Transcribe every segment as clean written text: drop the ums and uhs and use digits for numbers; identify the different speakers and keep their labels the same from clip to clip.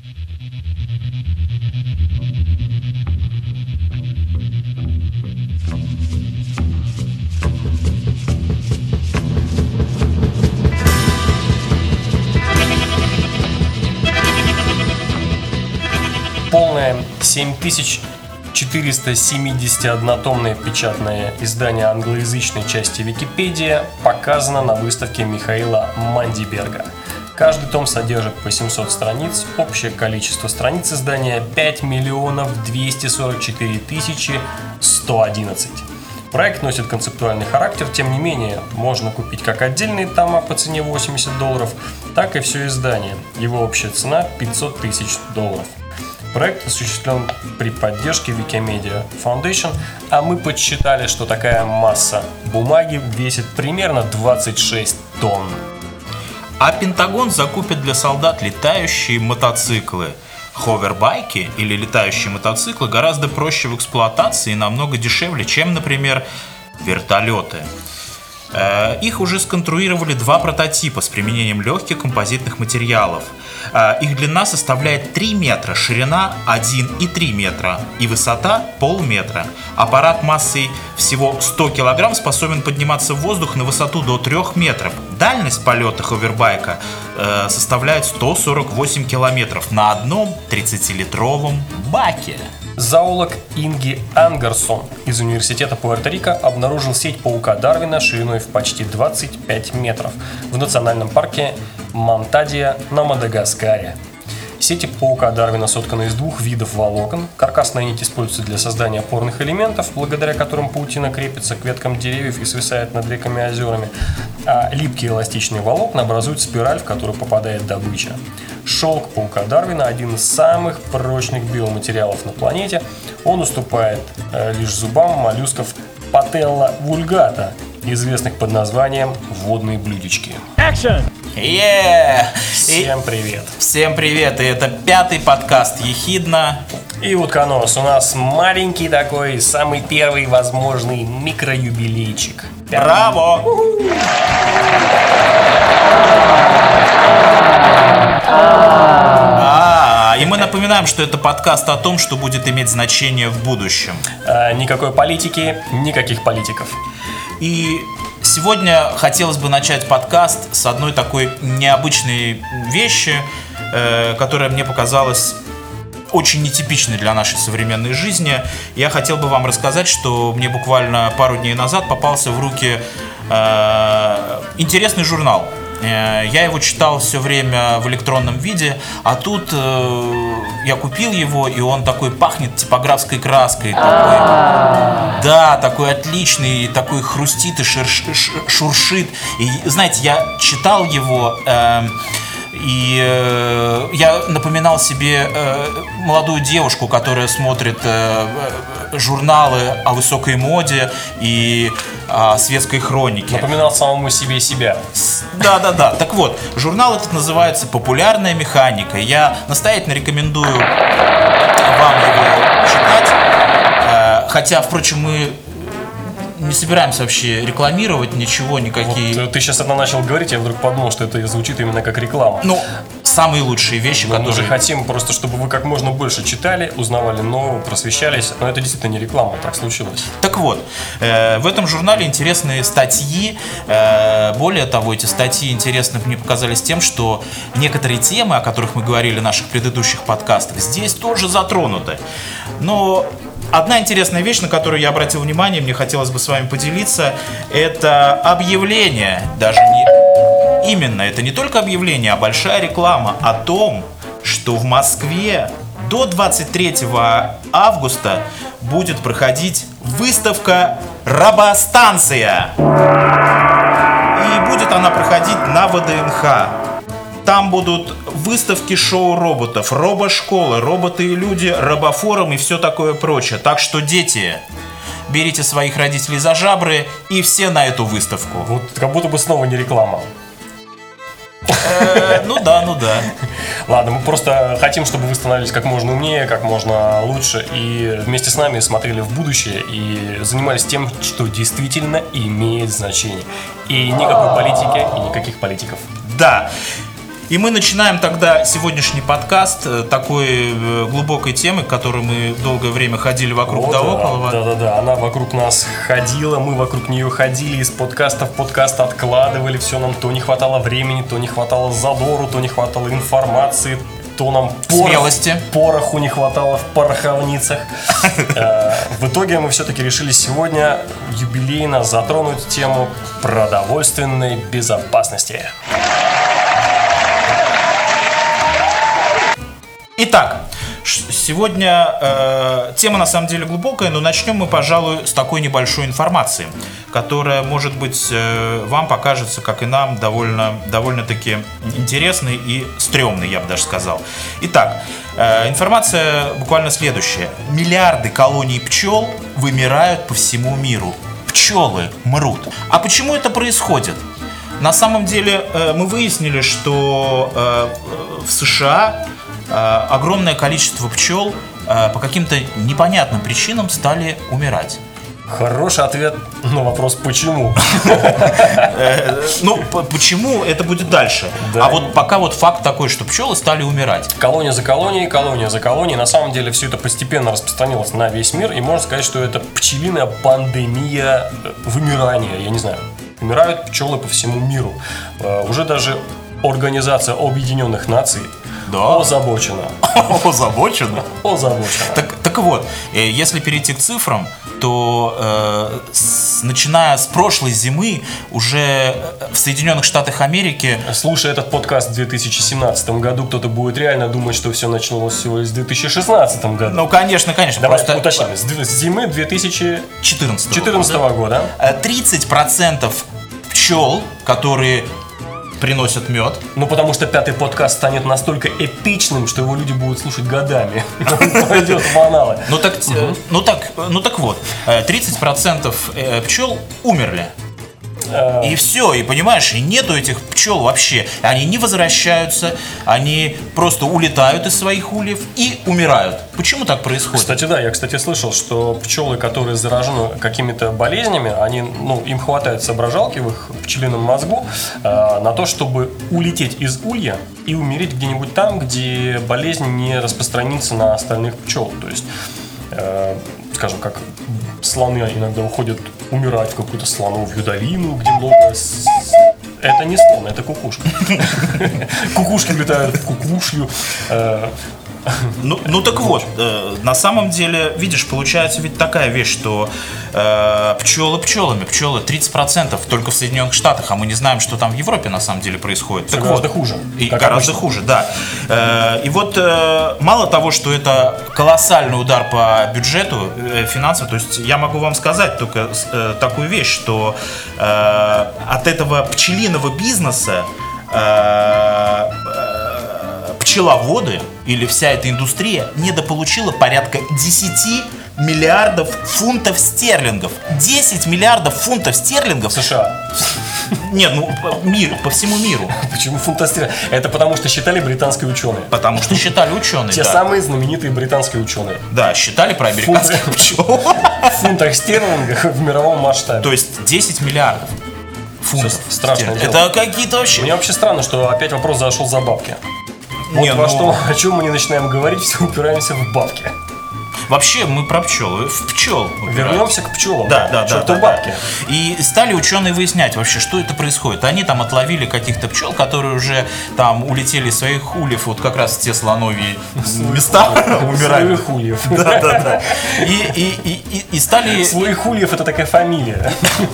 Speaker 1: Полное 7471-томное печатное издание англоязычной части Википедия показано на выставке Михаила Мандиберга. Каждый том содержит по 700 страниц. Общее количество страниц издания 5 244 111. Проект носит концептуальный характер, тем не менее, можно купить как отдельные тома по цене $80, так и все издание. Его общая цена $500 000. Проект осуществлен при поддержке Wikimedia Foundation, а мы подсчитали, что такая масса бумаги весит примерно 26 тонн.
Speaker 2: А Пентагон закупит для солдат летающие мотоциклы. Ховербайки или летающие мотоциклы гораздо проще в эксплуатации и намного дешевле, чем, например, вертолеты. Их уже сконструировали 2 прототипа с применением легких композитных материалов. Их длина составляет 3 метра, ширина 1,3 метра и высота полметра. Аппарат массой всего 100 килограмм способен подниматься в воздух на высоту до 3 метров. Дальность полета ховербайка составляет 148 километров на одном 30-литровом баке.
Speaker 1: Зоолог Инги Ангерсон из университета Пуэрто-Рико обнаружил сеть паука Дарвина шириной в почти 25 метров в национальном парке Монтадия на Мадагаскаре. Сети паука Дарвина сотканы из 2 видов волокон. Каркасная нить используется для создания опорных элементов, благодаря которым паутина крепится к веткам деревьев и свисает над реками и озерами, а липкие эластичные волокна образуют спираль, в которую попадает добыча. Шелк паука Дарвина – один из самых прочных биоматериалов на планете. Он уступает лишь зубам моллюсков Patella vulgata, известных под названием водные блюдечки. Всем привет!
Speaker 2: Всем привет! И это 5-й подкаст Ехидна
Speaker 1: и Утконос. У нас маленький такой, самый первый возможный микроюбилейчик.
Speaker 2: Браво! И мы напоминаем, что это подкаст о том, что будет иметь значение в будущем.
Speaker 1: Никакой политики, никаких политиков.
Speaker 2: И сегодня хотелось бы начать подкаст с одной такой необычной вещи, которая мне показалась очень нетипичной для нашей современной жизни. Я хотел бы вам рассказать, что мне буквально пару дней назад попался в руки интересный журнал. Я его читал все время в электронном виде, а тут я купил его, и он такой пахнет типографской краской. Такой отличный, такой хрустит и шуршит. И знаете, я читал его, и я напоминал себе молодую девушку, которая смотрит журналы о высокой моде и о светской хронике.
Speaker 1: Напоминал самому себе себя.
Speaker 2: Да. Так вот, журнал этот называется «Популярная механика». Я настоятельно рекомендую вам его читать. Хотя, впрочем, мы не собираемся вообще рекламировать ничего, никакие...
Speaker 1: Вот ты сейчас это начал говорить, я вдруг подумал, что это звучит именно как реклама.
Speaker 2: Самые лучшие вещи, которые...
Speaker 1: Мы же хотим просто, чтобы вы как можно больше читали, узнавали нового, просвещались. Но это действительно не реклама, так случилось.
Speaker 2: Так вот, в этом журнале интересные статьи. Более того, эти статьи интересны мне показались тем, что некоторые темы, о которых мы говорили в наших предыдущих подкастах, здесь тоже затронуты. Но одна интересная вещь, на которую я обратил внимание, мне хотелось бы с вами поделиться, это объявление, это не только объявление, а большая реклама о том, что в Москве до 23 августа будет проходить выставка «Робостанция». И будет она проходить на ВДНХ. Там будут выставки шоу-роботов, робошколы, роботы и люди, робофорум и все такое прочее. Так что, дети, берите своих родителей за жабры и все на эту выставку.
Speaker 1: Вот как будто бы снова не реклама.
Speaker 2: Ну да.
Speaker 1: Ладно, мы просто хотим, чтобы вы становились как можно умнее, как можно лучше и вместе с нами смотрели в будущее и занимались тем, что действительно имеет значение. И никакой политики, и никаких политиков.
Speaker 2: Да. И мы начинаем тогда сегодняшний подкаст такой глубокой темы, к которой мы долгое время ходили вокруг да около.
Speaker 1: Да, она вокруг нас ходила, мы вокруг нее ходили, из подкаста в подкаст откладывали, все нам то не хватало времени, то не хватало задору, то не хватало информации, то нам пороху не хватало в пороховницах. В итоге мы все-таки решили сегодня юбилейно затронуть тему продовольственной безопасности.
Speaker 2: Итак, сегодня тема на самом деле глубокая, но начнем мы, пожалуй, с такой небольшой информации, которая, может быть, вам покажется, как и нам, довольно-таки интересной и стрёмной, я бы даже сказал. Итак, информация буквально следующая. Миллиарды колоний пчел вымирают по всему миру. Пчелы мрут. А почему это происходит? На самом деле мы выяснили, что в США огромное количество пчел по каким-то непонятным причинам стали умирать.
Speaker 1: Хороший ответ на вопрос «почему?».
Speaker 2: Ну, почему, это будет дальше. А вот пока вот факт такой, что пчелы стали умирать.
Speaker 1: Колония за колонией. На самом деле все это постепенно распространилось на весь мир. И можно сказать, что это пчелиная пандемия вымирания. Я не знаю. Умирают пчелы по всему миру. Уже даже Организация Объединенных Наций озабочена.
Speaker 2: Озабочена?
Speaker 1: Озабочена.
Speaker 2: Так вот, если перейти к цифрам, то начиная с прошлой зимы уже в Соединенных Штатах Америки...
Speaker 1: Слушая этот подкаст в 2017 году, кто-то будет реально думать, что все началось всего лишь в 2016 году.
Speaker 2: Ну, конечно.
Speaker 1: Давай уточним. С зимы 2014 года.
Speaker 2: 30% пчел, которые приносят мед.
Speaker 1: Ну, потому что 5-й подкаст станет настолько эпичным, что его люди будут слушать годами. Пойдет в аналы.
Speaker 2: Ну так вот, 30% пчел умерли. И все, и понимаешь, и нету этих пчел вообще. Они не возвращаются, они просто улетают из своих ульев и умирают. Почему так происходит?
Speaker 1: Кстати, да, я слышал, что пчелы, которые заражены какими-то болезнями, им хватает соображалки в их пчелином мозгу на то, чтобы улететь из улья и умереть где-нибудь там, где болезнь не распространится на остальных пчел. То есть, скажем, как слоны иногда уходят умирать в какую-то слоновью долину, где много... Это не слон, это кукушка. Кукушки летают в кукушью.
Speaker 2: Ну так вот, на самом деле, видишь, получается ведь такая вещь, что пчелы 30% только в Соединенных Штатах, а мы не знаем, что там в Европе на самом деле происходит.
Speaker 1: Так гораздо хуже.
Speaker 2: И гораздо хуже, да. И вот мало того, что это колоссальный удар по бюджету финансово, то есть я могу вам сказать только такую вещь, что от этого пчелиного бизнеса пчеловоды или вся эта индустрия недополучила порядка 10 миллиардов фунтов стерлингов. 10 миллиардов фунтов стерлингов.
Speaker 1: США.
Speaker 2: Нет, по всему миру.
Speaker 1: Почему фунтов стерлингов? Это потому что считали британские ученые.
Speaker 2: Потому что считали ученые,
Speaker 1: Те самые знаменитые британские ученые.
Speaker 2: Да, считали про американских пчел.
Speaker 1: В фунтах стерлингов в мировом масштабе.
Speaker 2: То есть 10 миллиардов фунтов.
Speaker 1: Страшное дело.
Speaker 2: Это какие-то вообще...
Speaker 1: Мне вообще странно, что опять вопрос зашел за бабки. О чем мы не начинаем говорить, все упираемся в бабки.
Speaker 2: Вообще мы про пчелы, в пчел
Speaker 1: вернемся к пчелам.
Speaker 2: Да.
Speaker 1: Бабки.
Speaker 2: И стали ученые выяснять вообще, что это происходит. Они там отловили каких-то пчел, которые уже там улетели из своих ульев, вот как раз в те слоновьи места умирали.
Speaker 1: Своих ульев.
Speaker 2: Да. И стали...
Speaker 1: Своих ульев — это такая фамилия.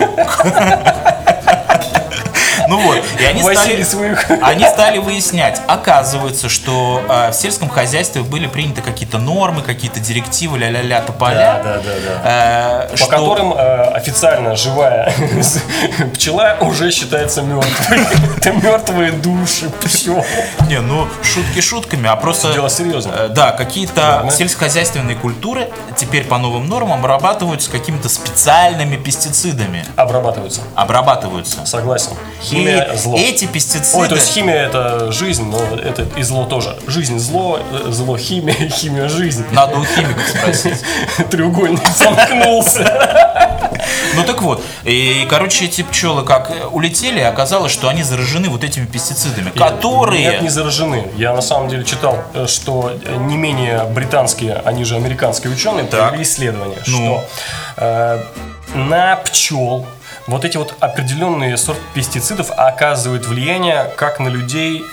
Speaker 2: Ну вот, и они стали выяснять. Оказывается, что в сельском хозяйстве были приняты какие-то нормы, какие-то директивы, ля-ля-ля, тополя.
Speaker 1: Да. По которым официально живая пчела уже считается мертвой. Это мертвые души пчел.
Speaker 2: Не, шутки шутками, а просто...
Speaker 1: Дело серьезно.
Speaker 2: Да, какие-то сельскохозяйственные культуры теперь по новым нормам обрабатываются какими-то специальными пестицидами.
Speaker 1: Обрабатываются.
Speaker 2: Согласен.
Speaker 1: Химия
Speaker 2: зло. Эти пестициды...
Speaker 1: Ой, то есть химия это жизнь, но это и зло тоже. Жизнь зло, зло химия, химия жизнь.
Speaker 2: Надо у химиков спросить.
Speaker 1: Треугольник замкнулся.
Speaker 2: Ну так вот, и, короче, эти пчелы как улетели, и оказалось, что они заражены вот этими пестицидами, которые...
Speaker 1: Нет, не заражены. Я на самом деле читал, что не менее британские, они же американские ученые провели исследование, что на пчел вот эти вот определенные сорт пестицидов оказывают влияние как на людей...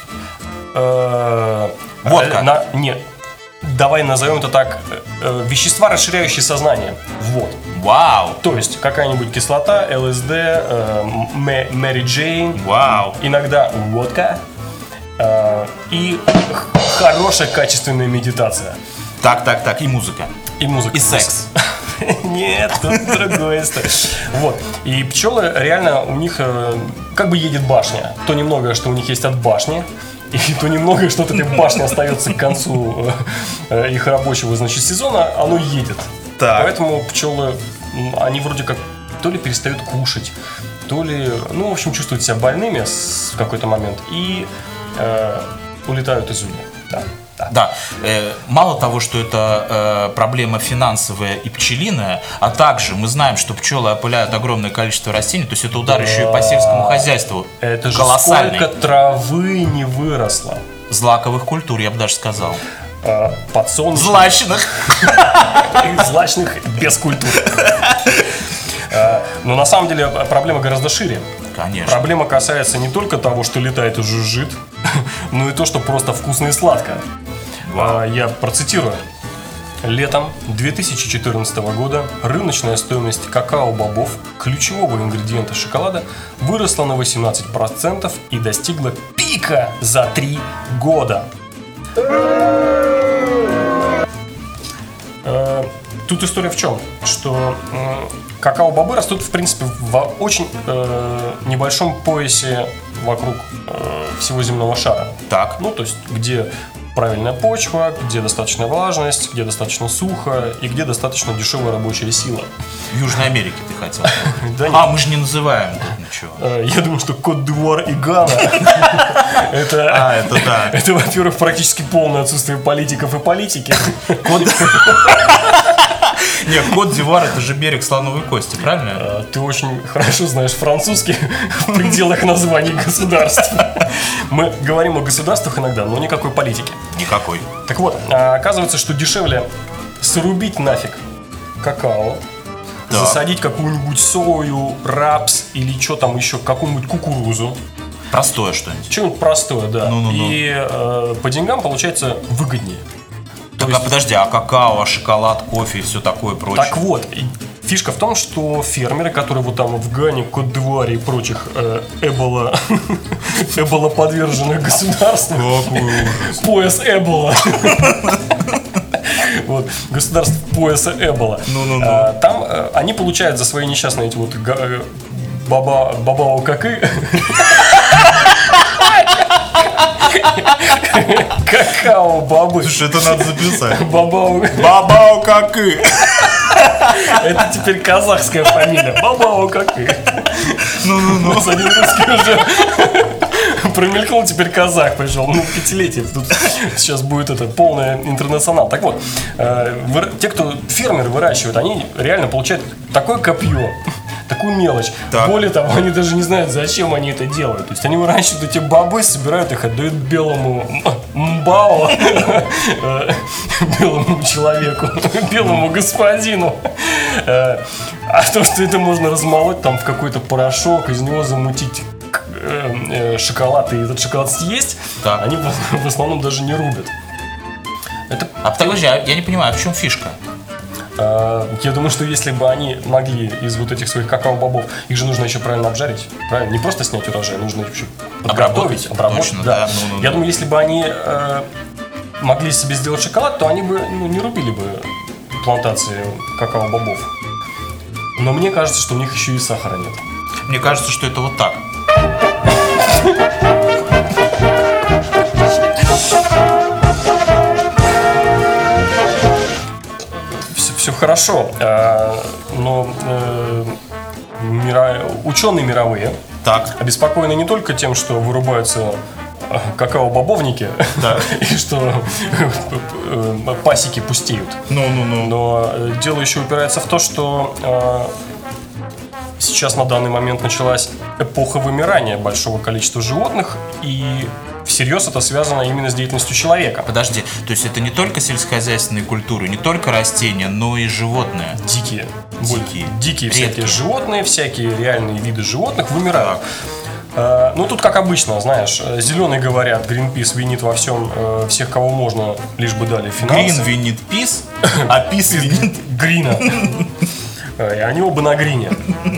Speaker 2: Водка.
Speaker 1: Нет. Давай назовем это так, вещества, расширяющие сознание. Вот.
Speaker 2: Вау.
Speaker 1: То есть какая-нибудь кислота, ЛСД, Мэри Джейн.
Speaker 2: Вау.
Speaker 1: Иногда водка. И хорошая качественная медитация.
Speaker 2: Так. И музыка.
Speaker 1: И музыка.
Speaker 2: И секс.
Speaker 1: Нет, тут другое. Вот. И пчелы реально у них как бы едет башня. То немногое, что у них есть от башни. И то немногое, что от этой башни остается к концу их рабочего, значит, сезона, оно едет.
Speaker 2: Так.
Speaker 1: Поэтому пчелы, они вроде как то ли перестают кушать, то ли, ну, в общем, чувствуют себя больными в какой-то момент и улетают из улья.
Speaker 2: Да. Мало того, что это проблема финансовая и пчелиная, а также мы знаем, что пчелы опыляют огромное количество растений, то есть это удар еще и по сельскому хозяйству.
Speaker 1: Это же
Speaker 2: колоссальный.
Speaker 1: Сколько травы не выросло.
Speaker 2: Злаковых культур, я бы даже сказал.
Speaker 1: Подсолнечных.
Speaker 2: Злачных.
Speaker 1: Злачных без культур. Но на самом деле проблема гораздо шире.
Speaker 2: Конечно.
Speaker 1: Проблема касается не только того, что летает и жужжит, но и то, что просто вкусно и сладко. Я процитирую. Летом 2014 года рыночная стоимость какао-бобов, ключевого ингредиента шоколада, выросла на 18% и достигла пика за 3 года. Тут история в чем? Что какао-бобы растут, в принципе, в очень небольшом поясе вокруг всего земного шара.
Speaker 2: Так.
Speaker 1: Ну, то есть, где правильная почва, где достаточная влажность, где достаточно сухо и где достаточно дешевая рабочая сила.
Speaker 2: В Южной Америке ты хотел.
Speaker 1: Да нет.
Speaker 2: Мы же не называем тут ничего.
Speaker 1: Я думаю, что Кот-д'Ивуар и Гана это, во-первых, практически полное отсутствие политиков и политики.
Speaker 2: Нет, Кот-д'Ивуар это же берег слоновой кости, правильно?
Speaker 1: Ты очень хорошо знаешь французский в пределах названий государств. Мы говорим о государствах иногда, но никакой политики.
Speaker 2: Никакой.
Speaker 1: Так вот, оказывается, что дешевле срубить нафиг какао, засадить какую-нибудь сою, рапс или что там еще, какую-нибудь кукурузу.
Speaker 2: Простое что-нибудь.
Speaker 1: Что-нибудь простое, да. И по деньгам получается выгоднее.
Speaker 2: Подожди, а какао, шоколад, кофе и все такое прочее?
Speaker 1: Так вот, фишка в том, что фермеры, которые вот там в Гане, Кот-д'Ивуаре и прочих эбола подверженных государств, пояс эбола, вот, государств пояса эбола, там они получают за свои несчастные эти вот бабао-какы какао-бобы.
Speaker 2: Слушай, это надо записать.
Speaker 1: Бабао-какы. Это теперь казахская фамилия. Бабао-какы. Ну. Один русский уже промелькнул, теперь казах пришел. Ну, пятилетие. Тут сейчас будет это полный интернационал. Так вот, те, кто фермеры выращивают, они реально получают такое копье, такую мелочь. Так. Более того, они даже не знают, зачем они это делают. То есть они выращивают эти бобы, собирают их, отдают белому мбао, белому человеку, белому господину. А то, что это можно размолоть там в какой-то порошок, из него замутить шоколад и этот шоколад съесть, так. Они в основном даже не рубят.
Speaker 2: Подожди, я не понимаю, а в чем фишка?
Speaker 1: Я думаю, что если бы они могли из вот этих своих какао-бобов, их же нужно еще правильно обжарить, правильно? Не просто снять урожай, нужно еще подготовить, обработать. Точно, да. Я думаю, если бы они могли себе сделать шоколад, то они бы не рубили бы плантации какао-бобов. Но мне кажется, что у них еще и сахара нет.
Speaker 2: Мне кажется, что это вот так.
Speaker 1: Все хорошо, но ученые мировые
Speaker 2: Так.
Speaker 1: Обеспокоены не только тем, что вырубаются какао-бобовники, и что пасеки пустеют. Но дело еще упирается в то, что сейчас на данный момент началась эпоха вымирания большого количества животных, и всерьез это связано именно с деятельностью человека.
Speaker 2: Подожди, то есть это не только сельскохозяйственные культуры, не только растения, но и животные?
Speaker 1: Дикие всякие животные, всякие реальные виды животных вымирают. Ну, тут как обычно, знаешь, зеленые говорят, Greenpeace винит во всем всех, кого можно, лишь бы дали финансы.
Speaker 2: Green винит пис, а пис винит
Speaker 1: Грина. И они оба на грине.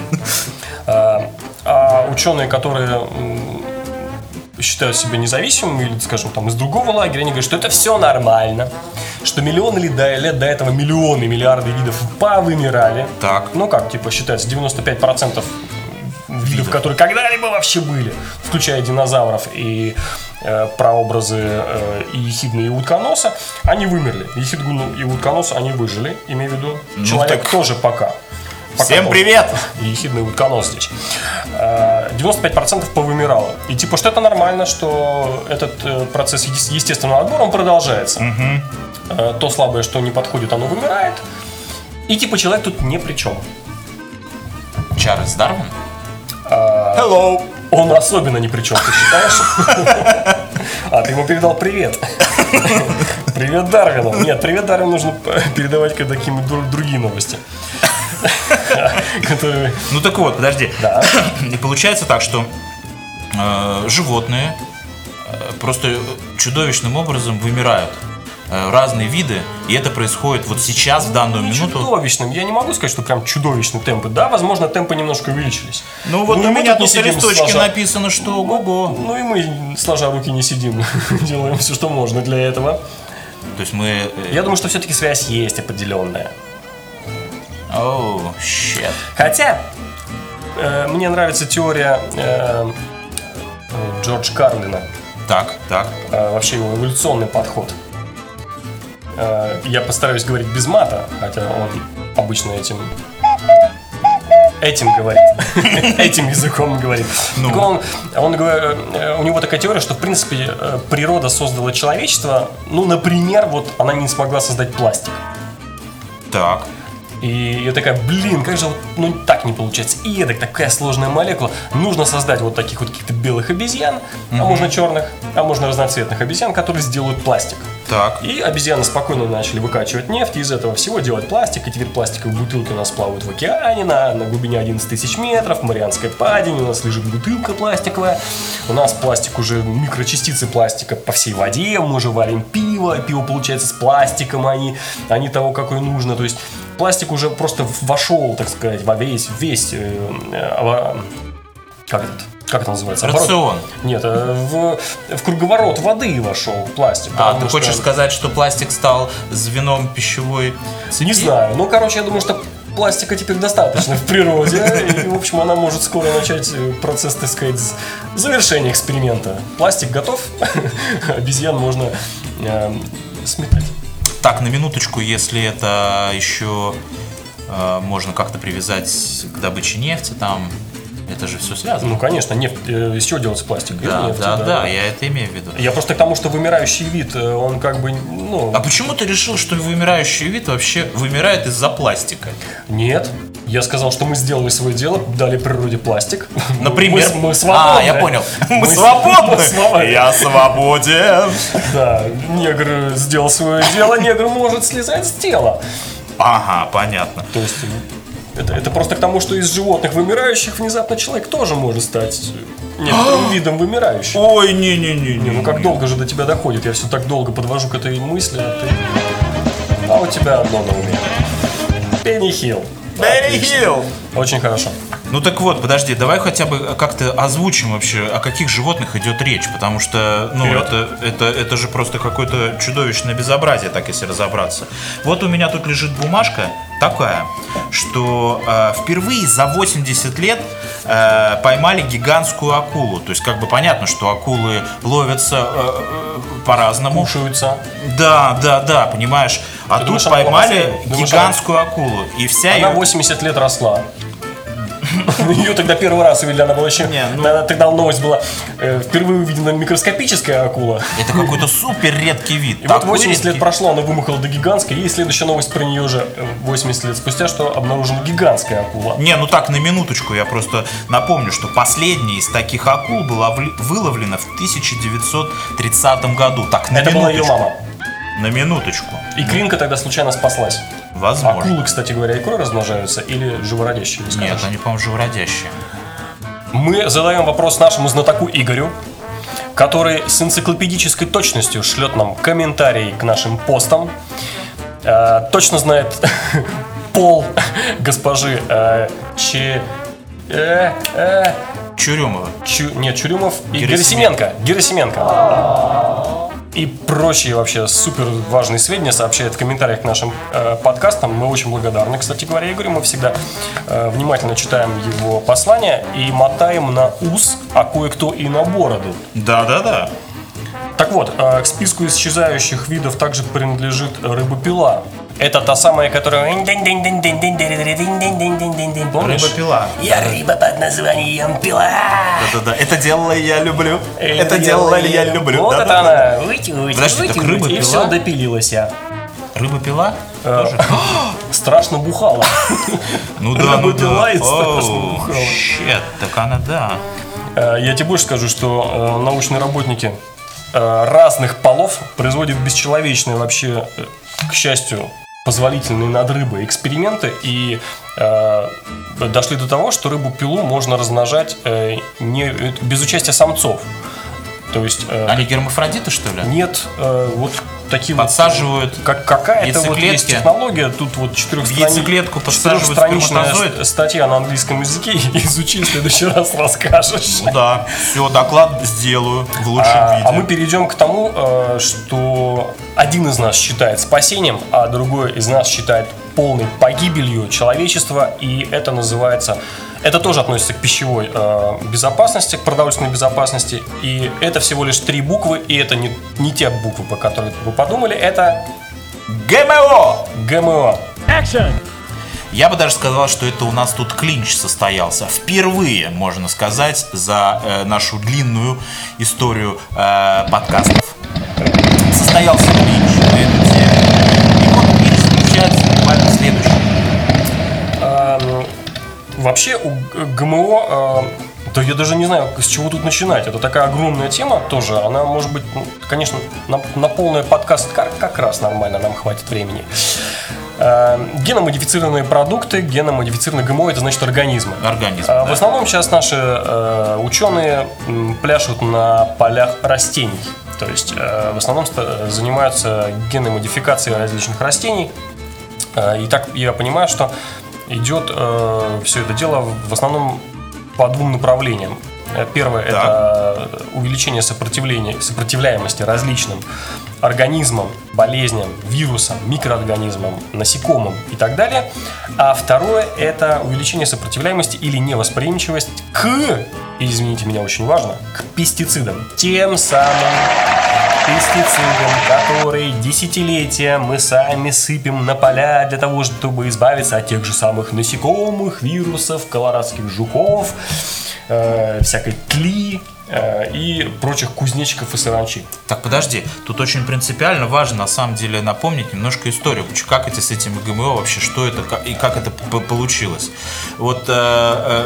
Speaker 1: А ученые, которые считают себя независимыми или, скажем, там, из другого лагеря, они говорят, что это все нормально, что миллионы лет до этого миллионы, миллиарды видов повымирали.
Speaker 2: Так.
Speaker 1: Ну как, типа, считается 95% видов, которые когда-либо вообще были, включая динозавров и прообразы и ехидны, и утконоса, они вымерли. Ехидну и утконоса они выжили, имею в виду. Человек тоже пока.
Speaker 2: Всем привет!
Speaker 1: Ехидный утконос здесь. 95% повымирало. И типа, что это нормально, что этот процесс естественного отбора, он продолжается. То слабое, что не подходит, оно вымирает. И типа, человек тут ни при чем.
Speaker 2: Чарльз Дарвин?
Speaker 1: Hello! Он особенно ни при чем, ты считаешь? А, ты ему передал привет. Привет Дарвину. Нет, привет Дарвину нужно передавать какие-нибудь другие новости.
Speaker 2: Ну так вот, подожди.
Speaker 1: Да.
Speaker 2: И получается так, что животные просто чудовищным образом вымирают. Разные виды, и это происходит вот сейчас, в данную минуту.
Speaker 1: Чудовищным. Я не могу сказать, что прям чудовищные темпы. Да, возможно, темпы немножко увеличились.
Speaker 2: Ну вот у меня тут на листочке написано, что ого-го.
Speaker 1: Ну и мы, сложа руки, не сидим. Делаем все, что можно для этого.
Speaker 2: То есть мы...
Speaker 1: Я думаю, что все-таки связь есть определенная.
Speaker 2: Оу, щет.
Speaker 1: Хотя, мне нравится теория Джорджа Карлина.
Speaker 2: Так.
Speaker 1: Вообще его эволюционный подход. Я постараюсь говорить без мата, хотя он обычно этим говорит. Этим языком говорит. У него такая теория, что в принципе природа создала человечество. Ну, например, вот она не смогла создать пластик.
Speaker 2: Так.
Speaker 1: И я такая, как же вот, так не получается. И это такая сложная молекула. Нужно создать вот таких вот каких-то белых обезьян, а можно черных, а можно разноцветных обезьян, которые сделают пластик.
Speaker 2: Так.
Speaker 1: И обезьяны спокойно начали выкачивать нефть, и из этого всего делать пластик. И теперь пластиковые бутылки у нас плавают в океане на глубине 11 тысяч метров, в Марианской впадине у нас лежит бутылка пластиковая. У нас пластик уже, микрочастицы пластика по всей воде, мы уже варим пиво получается с пластиком, а не того, какой нужно. То есть пластик уже просто вошел, так сказать, во весь как это называется?
Speaker 2: Рацион.
Speaker 1: Нет, в круговорот воды вошел пластик.
Speaker 2: Ты хочешь сказать, что пластик стал звеном пищевой цепи?
Speaker 1: Не знаю. Ну, короче, я думаю, что пластика теперь достаточно в природе. И, в общем, она может скоро начать процесс, так сказать, завершения эксперимента. Пластик готов, обезьян можно сметать.
Speaker 2: Так, на минуточку, если это еще можно как-то привязать к добыче нефти, там, это же все связано.
Speaker 1: Ну, конечно, нефть, из чего делается пластик?
Speaker 2: Да, я это имею в виду.
Speaker 1: Я просто к тому, что вымирающий вид, он как бы, ну...
Speaker 2: А почему ты решил, что вымирающий вид вообще вымирает из-за пластика?
Speaker 1: Нет. Я сказал, что мы сделали свое дело, дали природе пластик.
Speaker 2: Например?
Speaker 1: Мы свободны.
Speaker 2: Я понял. Мы свободны. Я свободен.
Speaker 1: Да, негр сделал свое дело, негр может слезать с тела.
Speaker 2: Ага, понятно.
Speaker 1: То есть это просто к тому, что из животных вымирающих внезапно человек тоже может стать некоторым видом вымирающим.
Speaker 2: Ой, не.
Speaker 1: Ну как долго же до тебя доходит? Я все так долго подвожу к этой мысли, а у тебя одно на уме. Пенни Хилл.
Speaker 2: Пенни Хилл.
Speaker 1: Очень хорошо.
Speaker 2: Ну так вот, подожди, давай хотя бы как-то озвучим вообще, о каких животных идет речь, потому что, это же просто какое-то чудовищное безобразие, так если разобраться. Вот у меня тут лежит бумажка такая, что впервые за 80 лет поймали гигантскую акулу. То есть как бы понятно, что акулы ловятся по-разному.
Speaker 1: Кушаются.
Speaker 2: Да, понимаешь. А тут поймали гигантскую акулу. И вся
Speaker 1: она 80 лет росла. Ее тогда первый раз увидели, она была еще... Тогда новость была, впервые увидена микроскопическая акула.
Speaker 2: Это какой-то супер редкий вид.
Speaker 1: И вот 80 лет прошло, она вымахала до гигантской. И следующая новость про нее же 80 лет спустя, что обнаружена гигантская акула.
Speaker 2: Так, на минуточку, я просто напомню, что последняя из таких акул была выловлена в 1930 году. Так, на
Speaker 1: Это была ее мама.
Speaker 2: На минуточку.
Speaker 1: И Кринка тогда случайно спаслась.
Speaker 2: Возможно.
Speaker 1: Акулы, кстати говоря, икрой размножаются или живородящие?
Speaker 2: Нет, они, по-моему, живородящие.
Speaker 1: Мы задаем вопрос нашему знатоку Игорю, который с энциклопедической точностью шлет нам комментарии к нашим постам. Точно знает пол госпожи
Speaker 2: Чурюмова.
Speaker 1: Чурюмов и Герасименко. И прочие вообще супер важные сведения сообщает в комментариях к нашим подкастам. Мы очень благодарны, кстати говоря, Игорю. Мы всегда внимательно читаем его послания и мотаем на ус, а кое-кто и на бороду.
Speaker 2: Да.
Speaker 1: Так вот, к списку исчезающих видов также принадлежит рыбопила. Это та самая, которая... Помнишь?
Speaker 2: Рыба-пила.
Speaker 1: Я рыба под названием пила.
Speaker 2: Да. Это дело я люблю. Это дело я люблю.
Speaker 1: Вот это она.
Speaker 2: Подожди, так рыба-пила?
Speaker 1: И все, допилилась я.
Speaker 2: Рыба-пила? Тоже?
Speaker 1: Страшно бухала. Рыба-пила и страшно бухала.
Speaker 2: Так она да.
Speaker 1: Я тебе больше скажу, что научные работники разных полов производят бесчеловечные вообще, к счастью, позволительные над рыбой эксперименты и дошли до того, что рыбу-пилу можно размножать без участия самцов. То есть,
Speaker 2: они гермафродиты, что ли?
Speaker 1: Нет, вот такие
Speaker 2: подсаживают
Speaker 1: вот какая-то вот есть технология. Тут вот четырехстраничная статья на английском языке. Изучи, в следующий раз расскажешь.
Speaker 2: Да, все, доклад сделаю в лучшем виде.
Speaker 1: А мы перейдем к тому, что один из нас считает спасением, а другой из нас считает полной погибелью человечества. И это называется... Это тоже относится к пищевой безопасности, к продовольственной безопасности. И это всего лишь 3 буквы. И это не те буквы, по которым вы подумали. Это
Speaker 2: ГМО!
Speaker 1: ГМО.
Speaker 2: Action! Я бы даже сказал, что это у нас тут клинч состоялся. Впервые, можно сказать, за нашу длинную историю подкастов. Состоялся клинч на эту тему. И вот клинч заключается буквально в следующем.
Speaker 1: Вообще у ГМО, да я даже не знаю, с чего тут начинать. Это такая огромная тема тоже. Она может быть, конечно, на полный подкаст как раз нормально нам хватит времени. Геномодифицированные продукты, геномодифицированные ГМО, это значит организмы.
Speaker 2: Да.
Speaker 1: В основном сейчас наши ученые пляшут на полях растений. То есть в основном занимаются генной модификацией различных растений. И так я понимаю, что идет все это дело в основном по 2 направлениям. Первое – это увеличение сопротивляемости различным организмам, болезням, вирусам, микроорганизмам, насекомым и так далее. А второе – это увеличение сопротивляемости или невосприимчивость к, извините меня, очень важно, к пестицидам. Тем самым пестицидам, которые десятилетия мы сами сыпем на поля для того, чтобы избавиться от тех же самых насекомых, вирусов, колорадских жуков, всякой тли и прочих кузнечиков и саранчи.
Speaker 2: Так, подожди, тут очень принципиально важно на самом деле напомнить немножко историю, как эти с этими ГМО вообще, что это и как это получилось. Вот в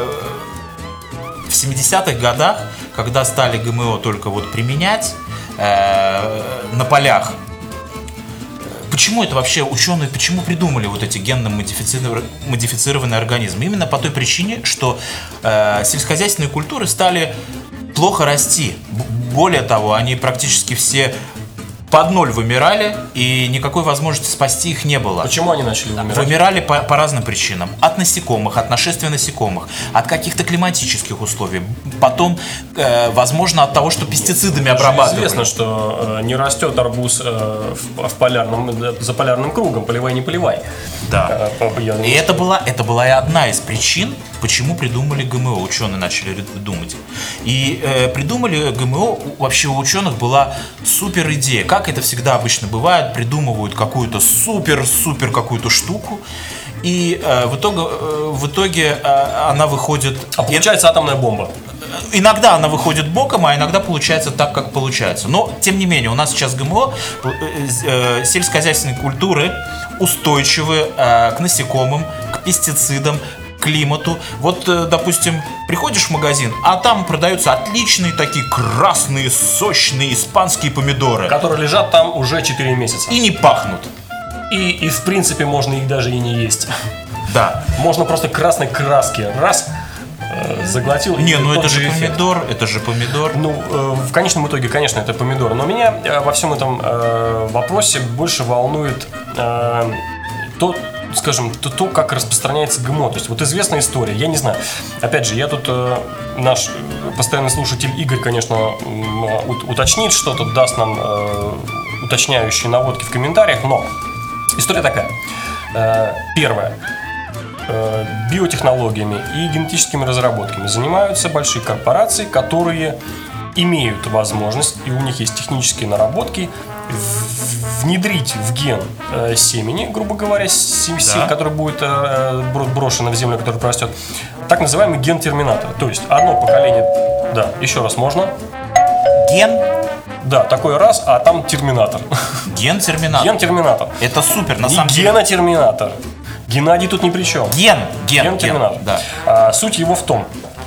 Speaker 2: 70-х годах, когда стали ГМО только вот применять на полях, почему это вообще ученые, почему придумали вот эти генно-модифицированные организмы? Именно по той причине, что сельскохозяйственные культуры стали плохо расти. Более того, они практически все под ноль вымирали, и никакой возможности спасти их не было.
Speaker 1: Почему они начали вымирать?
Speaker 2: Вымирали по разным причинам. От насекомых, от нашествия насекомых, от каких-то климатических условий. Потом, возможно, от того, что пестицидами обрабатывали.
Speaker 1: Известно, что не растет арбуз за полярным кругом, поливай, не поливай.
Speaker 2: Да. И это была и одна из причин, почему придумали ГМО. Ученые начали думать. И придумали ГМО, вообще у ученых была супер идея. Как это всегда обычно бывает, придумывают какую-то супер какую-то штуку, и в итоге она выходит...
Speaker 1: А получается атомная бомба.
Speaker 2: Иногда она выходит боком, а иногда получается так, как получается. Но, тем не менее, у нас сейчас ГМО, сельскохозяйственные культуры устойчивы к насекомым, к пестицидам, к климату. Вот, допустим, приходишь в магазин, а там продаются отличные такие красные, сочные испанские помидоры.
Speaker 1: Которые лежат там уже 4 месяца.
Speaker 2: И не пахнут.
Speaker 1: И в принципе можно их даже и не есть.
Speaker 2: Да.
Speaker 1: Можно просто красной краски заглотил.
Speaker 2: Не, ну это же помидор, это же помидор.
Speaker 1: Ну, в конечном итоге, конечно, это помидор. Но меня во всем этом вопросе больше волнует то, как распространяется ГМО. То есть вот известная история, я не знаю. Опять же, я тут, наш постоянный слушатель Игорь, конечно, уточнит что-то, даст нам уточняющие наводки в комментариях, но история такая. Первое. Биотехнологиями и генетическими разработками занимаются большие корпорации, которые имеют возможность, и у них есть технические наработки, внедрить в ген семени, грубо говоря, семя, которое будет брошено в землю, которое прорастет, так называемый ген терминатора. То есть одно поколение... Да, еще раз можно?
Speaker 2: Ген?
Speaker 1: Да, такой раз, а там терминатор.
Speaker 2: Ген терминатор.
Speaker 1: Ген терминатор.
Speaker 2: Это супер, на самом деле.
Speaker 1: Генотерминатор. Геннадий тут ни при чем.
Speaker 2: Ген
Speaker 1: терминатор.
Speaker 2: Да.
Speaker 1: Суть его в том,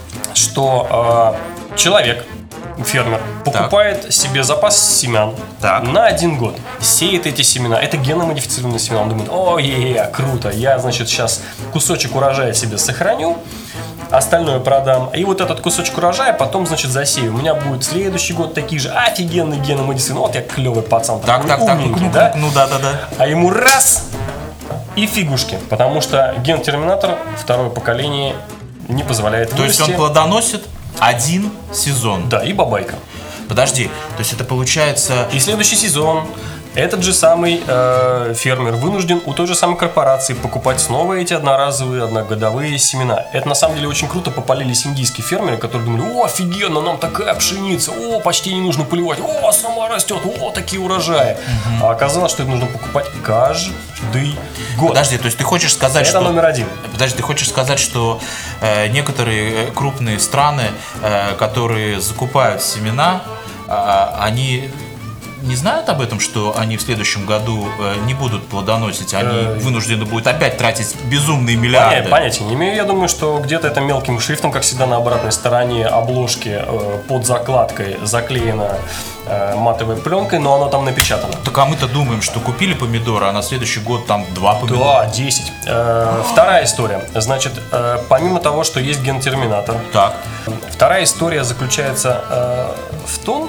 Speaker 1: что человек, фермер, покупает себе запас семян на 1 год, сеет эти семена. Это генно-модифицированные семена. Он думает, круто, я, значит, сейчас кусочек урожая себе сохраню, остальное продам. И вот этот кусочек урожая потом, значит, засею. У меня будет следующий год такие же офигенные генно-модифицированные. Вот я клевый пацан, умненький, да?
Speaker 2: Ну да.
Speaker 1: А ему раз... И фигушки, потому что ген-терминатор второе поколение не позволяет вырасти.
Speaker 2: То есть он плодоносит 1 сезон.
Speaker 1: Да, и бабайка.
Speaker 2: Подожди, то есть это получается...
Speaker 1: И следующий сезон этот же самый фермер вынужден у той же самой корпорации покупать снова эти одноразовые, одногодовые семена. Это на самом деле очень круто попалились индийские фермеры, которые думали, офигенно, нам такая пшеница, почти не нужно поливать, сама растет, такие урожаи. А оказалось, что это нужно покупать каждый год.
Speaker 2: Подожди, то есть ты хочешь сказать,
Speaker 1: это номер 1.
Speaker 2: Подожди, ты хочешь сказать, что некоторые крупные страны, которые закупают семена, они... не знают об этом, что они в следующем году не будут плодоносить, они вынуждены будут опять тратить безумные миллиарды.
Speaker 1: Понятия не имею. Я думаю, что где-то это мелким шрифтом, как всегда, на обратной стороне обложки под закладкой заклеено матовой пленкой, но оно там напечатано.
Speaker 2: Так а мы-то думаем, что купили помидоры, а на следующий год там 2 помидора.
Speaker 1: Да, 10. Вторая история. Значит, помимо того, что есть ген-терминатор, вторая история заключается в том,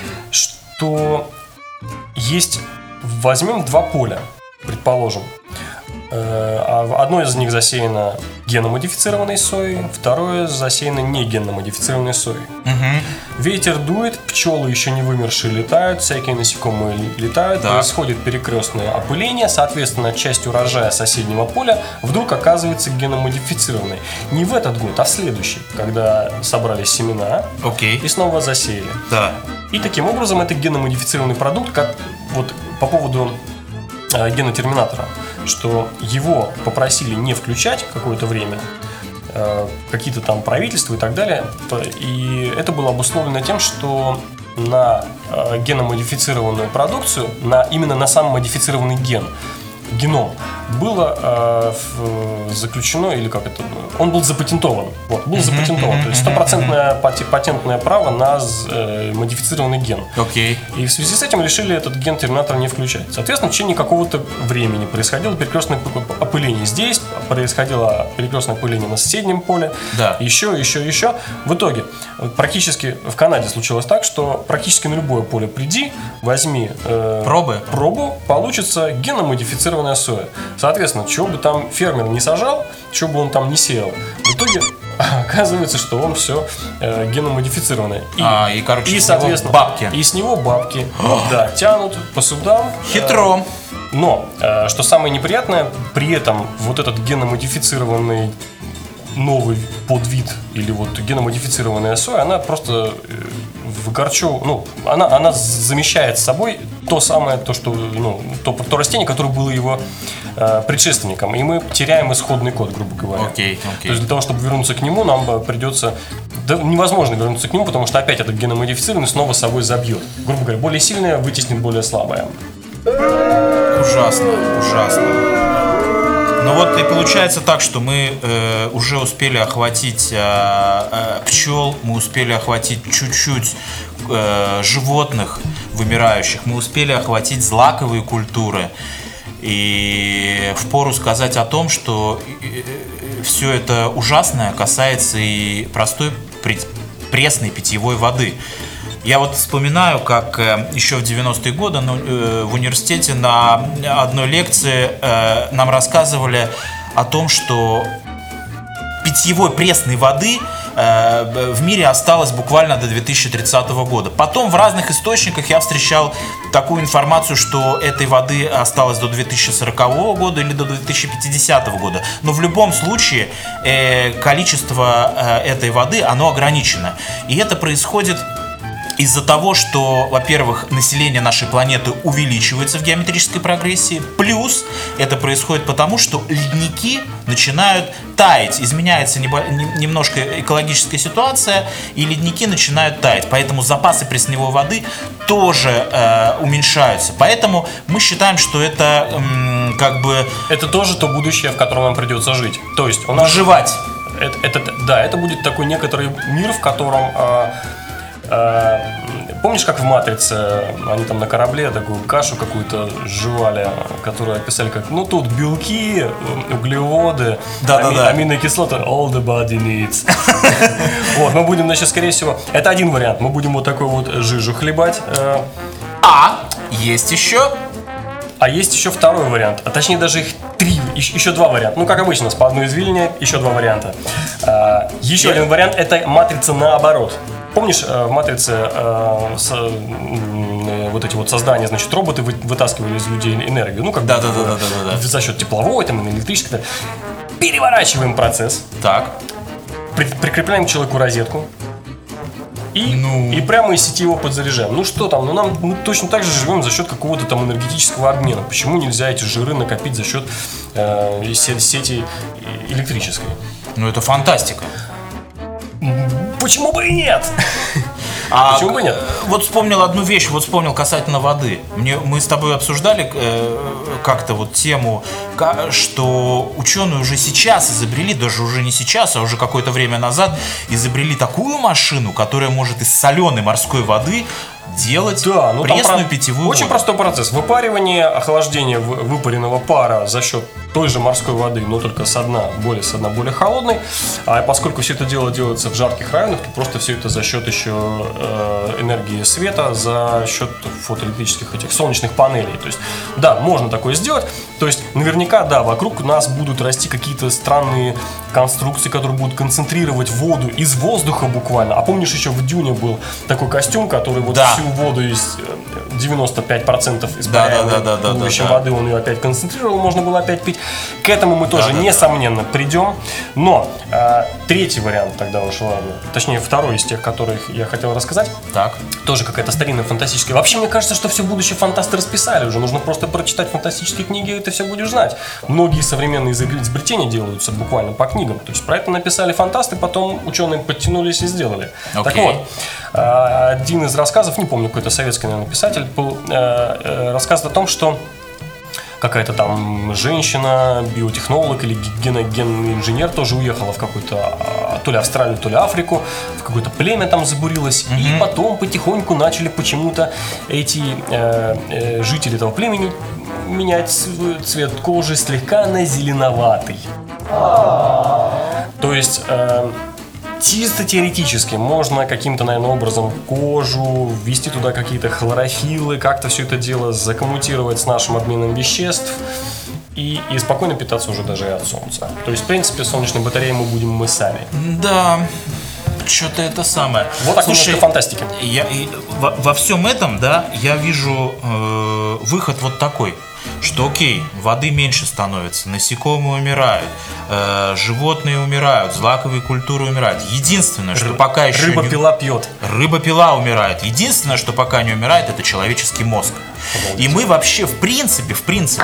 Speaker 1: что есть, возьмем 2 поля, предположим. Одно из них засеяно генно-модифицированной соей, второе засеяно не генно-модифицированной соей. Ветер дует, пчелы еще не вымершие летают, всякие насекомые летают, происходит перекрестное опыление, соответственно, часть урожая соседнего поля вдруг оказывается генно-модифицированной. Не в этот год, а в следующий, когда собрали семена и снова засеяли. И таким образом это генно-модифицированный продукт, как вот по поводу генотерминатора, что его попросили не включать какое-то время, какие-то там правительства и так далее, и это было обусловлено тем, что на геномодифицированную продукцию, именно на сам модифицированный геном, было заключено, или как это, он был запатентован. Был запатентован. То есть 100% патентное право на модифицированный ген. И в связи с этим решили этот ген-терминатор не включать. Соответственно, в течение какого-то времени происходило перекрестное опыление здесь, происходило перекрестное опыление на соседнем поле, еще. В итоге, практически в Канаде случилось так, что практически на любое поле приди, возьми пробу, получится генно-модифицированная соя. Соответственно, чего бы там фермер не сажал, чего бы он там не сеял, в итоге оказывается, что он все геномодифицированное.
Speaker 2: И
Speaker 1: соответственно,
Speaker 2: бабки.
Speaker 1: И с него бабки тянут по судам.
Speaker 2: Хитро.
Speaker 1: Но, что самое неприятное, при этом вот этот геномодифицированный новый подвид или вот геномодифицированная соя, она просто в горчу, ну, она замещает собой то самое, то, что, ну, то растение, которое было его предшественником, и мы теряем исходный код, грубо говоря.
Speaker 2: Окей.
Speaker 1: То есть для того, чтобы вернуться к нему, нам придется... Да, невозможно вернуться к нему, потому что опять этот геномодифицированный снова собой забьет. Грубо говоря, более сильное вытеснит более слабое.
Speaker 2: Ужасно. Но вот и получается так, что мы уже успели охватить пчел, мы успели охватить чуть-чуть животных вымирающих, мы успели охватить злаковые культуры. И впору сказать о том, что все это ужасное касается и простой пресной питьевой воды. Я вот вспоминаю, как еще в 90-е годы в университете на одной лекции нам рассказывали о том, что питьевой пресной воды в мире осталось буквально до 2030 года. Потом в разных источниках я встречал такую информацию, что этой воды осталось до 2040 года или до 2050 года. Но в любом случае количество этой воды, оно ограничено. И это происходит из-за того, что, во-первых, население нашей планеты увеличивается в геометрической прогрессии, плюс это происходит потому, что ледники начинают таять, изменяется немножко экологическая ситуация, и ледники начинают таять, поэтому запасы пресновой воды тоже уменьшаются. Поэтому мы считаем, что это как бы...
Speaker 1: Это тоже то будущее, в котором нам придется жить. То есть у нас...
Speaker 2: Выживать.
Speaker 1: Это будет такой некоторый мир, в котором... Помнишь, как в «Матрице» они там на корабле такую кашу какую-то жевали, которую описали как, ну, тут белки, углеводы, аминокислоты, all the body needs. Вот, мы будем, значит, скорее всего, это один вариант, мы будем вот такой вот жижу хлебать.
Speaker 2: Есть еще?
Speaker 1: А есть еще второй вариант, а точнее даже их три, еще два варианта. Ну, как обычно, у нас по одной извилине, еще два варианта. Еще один вариант – это матрица наоборот. Помнишь, в «Матрице» вот эти вот создания, значит, роботы вытаскивали из людей энергию, ну, как бы за счет тепловой, там, электрической. Переворачиваем процесс.
Speaker 2: Так.
Speaker 1: Прикрепляем к человеку розетку. И прямо из сети его подзаряжаем. Ну что там, мы точно так же живем за счет какого-то там энергетического обмена. Почему нельзя эти жиры накопить за счет сети электрической?
Speaker 2: Ну, это фантастика.
Speaker 1: Почему бы и нет? Почему бы нет?
Speaker 2: Вот вспомнил одну вещь, касательно воды. Мы с тобой обсуждали как-то вот тему, что ученые уже сейчас изобрели, даже уже не сейчас, а уже какое-то время назад, изобрели такую машину, которая может из соленой морской воды делать пресную питьевую воду.
Speaker 1: Очень простой процесс. Выпаривание, охлаждение выпаренного пара за счет той же морской воды, но только со дна более холодной. А поскольку все это дело делается в жарких районах, то просто все это за счет еще энергии света, за счет фотоэлектрических этих солнечных панелей. То есть, да, можно такое сделать. То есть, наверняка, да, вокруг нас будут расти какие-то странные конструкции, которые будут концентрировать воду из воздуха буквально. А помнишь, еще в «Дюне» был такой костюм, который вот всю воду из 95% испаряемой воды, он ее опять концентрировал, можно было опять пить. К этому мы тоже, несомненно, придем. Но третий вариант тогда уж, ладно, точнее, второй из тех, которых я хотел рассказать, тоже какая-то старинная фантастическая. Вообще, мне кажется, что все будущее фантасты расписали уже. Нужно просто прочитать фантастические книги, и ты все будешь знать. Многие современные изобретения делаются буквально по книгам. То есть про это написали фантасты, потом ученые подтянулись и сделали. Так вот, один из рассказов, не помню, какой-то советский, наверное, писатель, был рассказ о том, что какая-то там женщина, биотехнолог или генный инженер тоже уехала в какую-то то ли Австралию, то ли Африку, в какое-то племя там забурилась. И потом потихоньку начали почему-то эти жители этого племени менять цвет кожи слегка на зеленоватый. То есть чисто теоретически можно каким-то, наверное, образом кожу, ввести туда какие-то хлорофиллы, как-то все это дело закоммутировать с нашим обменом веществ и спокойно питаться уже даже и от солнца. То есть, в принципе, солнечной батареей мы будем мы сами.
Speaker 2: Да, что-то это самое.
Speaker 1: Вот так немножко фантастики.
Speaker 2: Во всем этом, да, я вижу выход вот такой, что окей, воды меньше становится, насекомые умирают, животные умирают, злаковые культуры умирают. Единственное, что пока еще...
Speaker 1: Рыба-пила пьет.
Speaker 2: Рыба-пила умирает. Единственное, что пока не умирает, это человеческий мозг. И мы вообще, в принципе,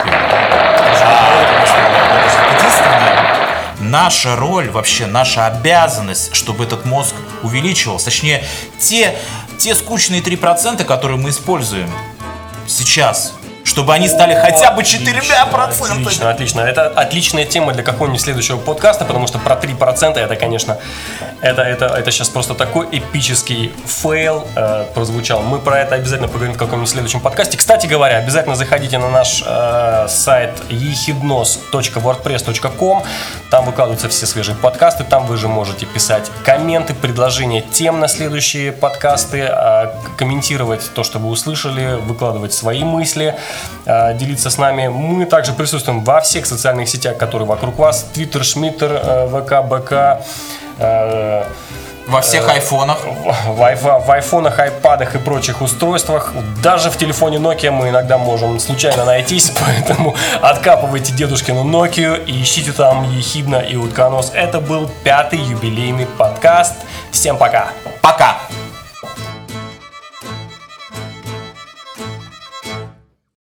Speaker 2: единственное, наша роль, вообще наша обязанность, чтобы этот мозг увеличивался. Точнее, те скучные 3%, которые мы используем сейчас, чтобы они стали хотя бы 4%.
Speaker 1: Отлично. Это отличная тема для какого-нибудь следующего подкаста, потому что про 3% это, конечно, это сейчас просто такой эпический фейл прозвучал. Мы про это обязательно поговорим в каком-нибудь следующем подкасте. Кстати говоря, обязательно заходите на наш сайт ехиднос.wordpress.com. Там выкладываются все свежие подкасты. Там вы же можете писать комменты, предложения тем на следующие подкасты, комментировать то, что вы услышали, выкладывать свои мысли, делиться с нами. Мы также присутствуем во всех социальных сетях, которые вокруг вас. Твиттер, Шмиттер, ВК, БК.
Speaker 2: Во всех айфонах.
Speaker 1: В айфонах, айпадах и прочих устройствах. Даже в телефоне Nokia мы иногда можем случайно найтись, поэтому откапывайте дедушкину Nokia и ищите там Ехидна и Утконос. Это был 5-й юбилейный подкаст. Всем пока!
Speaker 2: Пока!